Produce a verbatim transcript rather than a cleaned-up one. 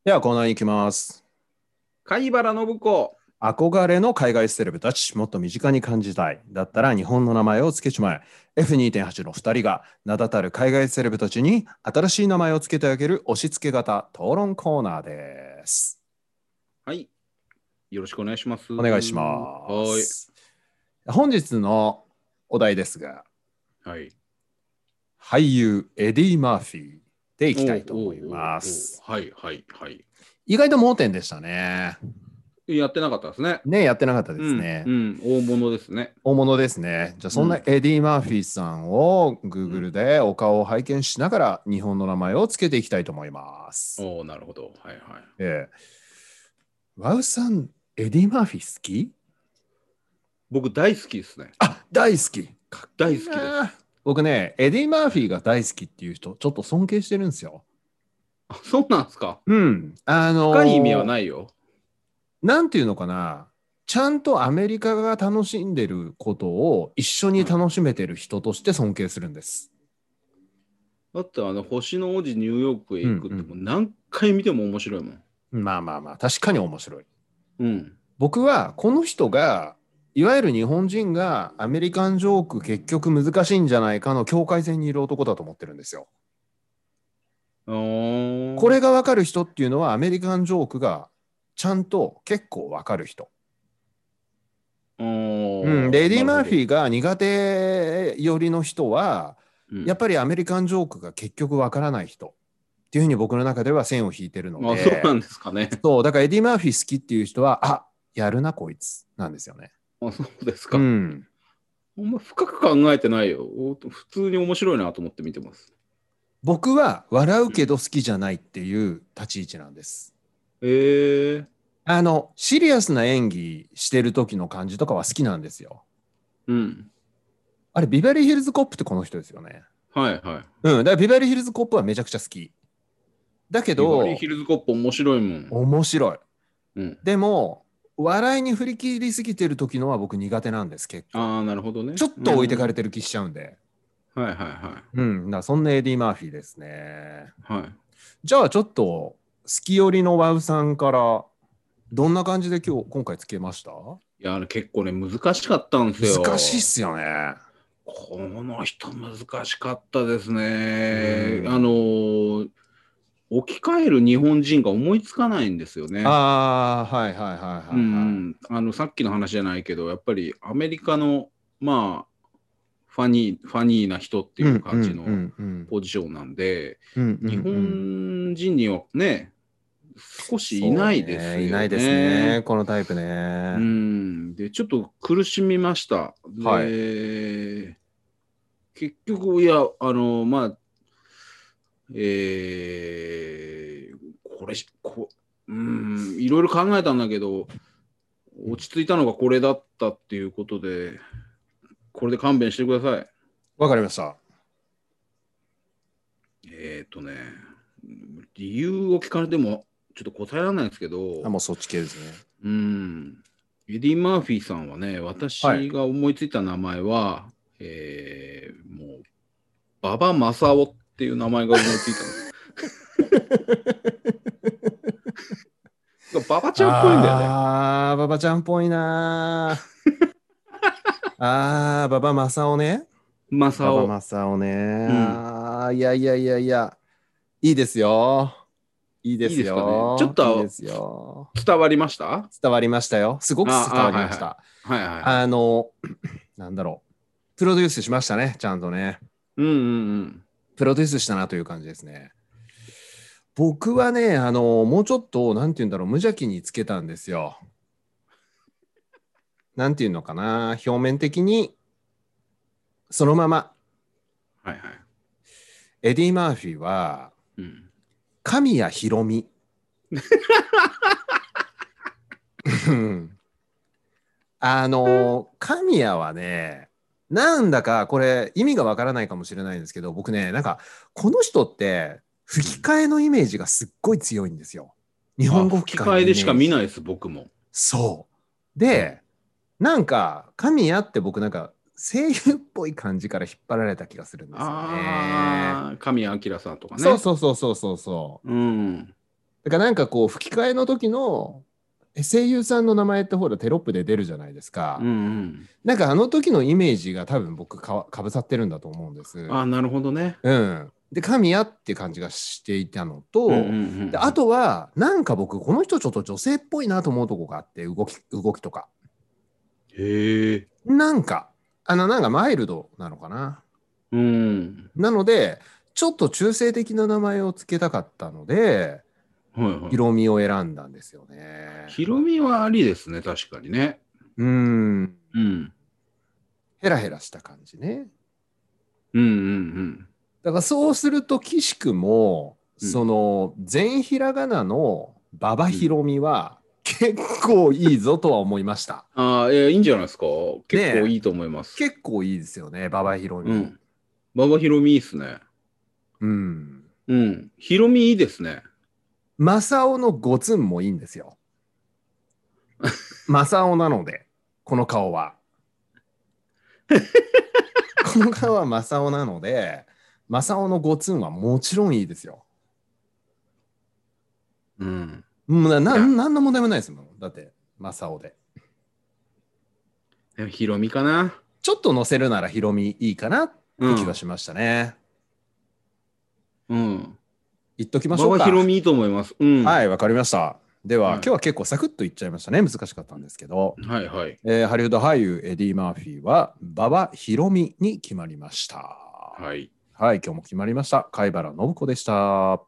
ではコーナーに行きます。 貝原信子。 憧れの海外セレブたち、もっと身近に感じたい。だったら日本の名前を付けちまえ。エフにてんはち のふたりが名だたる海外セレブたちに新しい名前を付けてあげる押し付け型討論コーナーです。 はい。よろしくお願いします。 お願いしまはい。 す。本日のお題ですが、 はい。 俳優エディ・マーフィーでいきたいとおう思いまおうおうおうす。 はいはいはい。 意外と盲点でしたね。 やってなかったですね。 ね、やってなかったでうん、 すね。 うん、大物ですね。 大物ですね。じゃあそんなうん、 エディ・マーフィーさんをう Google ん。 でお顔を拝見しながら日本の名前をつけていきたいと思います。 おお、なるほど。はいはい。 えー、ワウさん、エディ・マーフィー好き？ 僕大好きですね。 あ、大好き。かっこいい大好きでな。 す。 僕ね、エディ・マーフィーが大好きっていう人、ちょっと尊敬してるんですよ。 あ、そうなんですか。 うん。あ深い意味はのないよ。 ーなんていうのかな。ちゃんとアメリカが楽しんでることを一緒にはい。 楽しめてる人として尊敬するんです。 だってあの星の王子ニューヨークへうん行くってもううん何回見ても面白いもん。 うん。まあまあまあ、確かに面白い。 うん。 僕はこの人がいわゆる日本人がアメリカンジョーク結局難しいんじゃないかの境界線にいる男だと思ってるんですよ。 あーこれが分かる人っていうのはアメリカンジョークがちゃんと結構分かる人。 あうん、 ー、 レディ・なるほど。 マーフィーが苦手寄りの人はうん。 やっぱりアメリカンジョークが結局分からない人っていうふうに僕の中では線を引いてるのあ、そうなで、 んですかね。 そうだからエディ・マーフィー好きっていう人はあ、やるなこいつなんですよね。 あ、そうですうか。 ん。 あんま深く考えてないよ。お普通に面白いなと思って見てます。 僕は笑ううん。 けど好きじゃないっていう立ち位置なんです。 ええ。 あの、シリアスな演技してる時の感じとかは好きなんですよ。 うん。 あれ、ビバリーヒルズコップってこの人ですよね。 はいはうん、だからビバリーヒルズコップはめちゃくちゃ好き。だけい。ビバリーヒど、 ルズコップ面白いもん。 面白い。 うん。 でも、笑いに振り切りすぎてる時のは僕苦手なんです、結構。 ああ、なるほどね。 ちょっうと置いてかれん。 てる気しちゃうんで。 はいはいはうん、だからそんなエディ・マーフィーですね。 い。はい。 じゃあちょっと、好き寄りのワウさんからどんな感じで今日、今回つけました？ いや、あれ結構ね、難しかったんです難しいっよ。 すよね。 この人難しかったですうね。あん。 の、置き換える日本人が思いつかないんですよね。 ああ、はいはいはいうんはいはうん。あの、さっきの話じゃないけど、やっぱりアメリカの、まあ、ファニー、ファニーな人ってい。ういうんうんう感じのんうん。 ポジションなんで、 うんう日んうん。 本人にはね、少しいそうないですね。いなよいですね。 ね。 このタイプうね。 ん。で、ちょっと苦しみました。 はい。 で、結局、いや、あの、まあ、えー、これ、こ、うん、いろいろ考えたんだけど、落ち着いたのがこれだったっていうことで、これで勘弁してください。 わかりました。 えっとね、理由を聞かれてもちょっと答えられないんですけあ、 ど、 もうそっち系ですね。 うん、エディ・マーフィーさんはね、 はい。 私が思いついた名前は、えー、もう、馬場正夫っていう名前が思いついたんです。馬場ちゃんっぽいんだよね。 あー、馬場ちゃんっぽいなー。あー、馬場正夫ね。馬場正夫。 正夫ね。 うん。 あー、いやいやいやいや。いいですよ。いいでいいすですかね。ちょっよ。いいでとすよ。 伝わりました？ 伝わりましたよ。すごく伝ああ、はいはい。 わりました。 はいはいはい。 あの、なんだろう。プロデュースしましたね。ちゃんとね。 うんうんうん。 プロデュースしたなという感じですね。僕はね、あの、もうちょっと、なんて言うんだろう、無邪気につけたんですよ。なんていうのかな。表面的に、そのまま、 はいはい。 エディ・マーフィーは、 うん。 神谷博美。うんあの、神谷はね、なんだかこれ意味がわからないかもしれないんですけど、僕ね、なんかこの人って吹きうん。 替えのイメージがすっごい強いんですよ。日あ、 本語吹き替えのイ吹き替えでしメージ。 か見ないです、僕も。 そう。 うん。 で、なんか神谷って僕なんか声優っぽい感じから引っ張られた気がするんですよね。 ああ、神谷明さんとかね。 そうそうそうそうそうそう。 うん。 だからなんかこう吹き替えの時のえ声優さんの名前ってほらテロップで出るじゃないですか。 うんうん。 なんかあの時のイメージが多分僕かわかぶさってるんだと思うんです。 あ、なるほどね。 うん。で、神谷って感じがしていたのうんうんうと、 んであとは、なんか僕、この人ちょっと女性っぽいなと思うとこがあって、動き、動きとか。 へえ。 なんか、あの、なんかマイルドなのかな。 うん。 なので、ちょっと中性的な名前を付けたかったので、 はいはい。 ヒロミを選んだんですよね。 ヒロミはありですね、確かにね。 うーん。 うん。 ヘラヘラした感じね。 うんうんだからそうすると、岸くも、 うん。 その、全ひらがなの馬場うん。 ひろみは結構いいぞとは思いました。 ああ、いや、いいんじゃないですか。 ねえ、 結構いいと思います。 結構いいですよね、馬場ひろみ。 うん。馬場ひろみいいっすね。 うん。 うん。ひろみいいですね。 正雄のゴツンもいいんですよ。正雄なので、この顔は。この顔は正雄なので、正雄のゴツンはもちろんいいですよ。 うん。 もうな、ないや、 んなんの問題もないですもん。だって、正雄で。 でもひろみかな。 ちょっと乗せるならヒロミいいかなって気がうん。 しましたね。 うん。 言っときまし馬ょうか。 場ひろみいいと思います。うん。 はい、わかりました。では、今は日は結構サクッといっちゃいましたね。難しかったんですけど。 い。はいはい。 えーハリウッド俳優エディ・マーフィーは馬場ひろみに決まりました。 はい。 はい、今日も決まりました。貝原信子でした。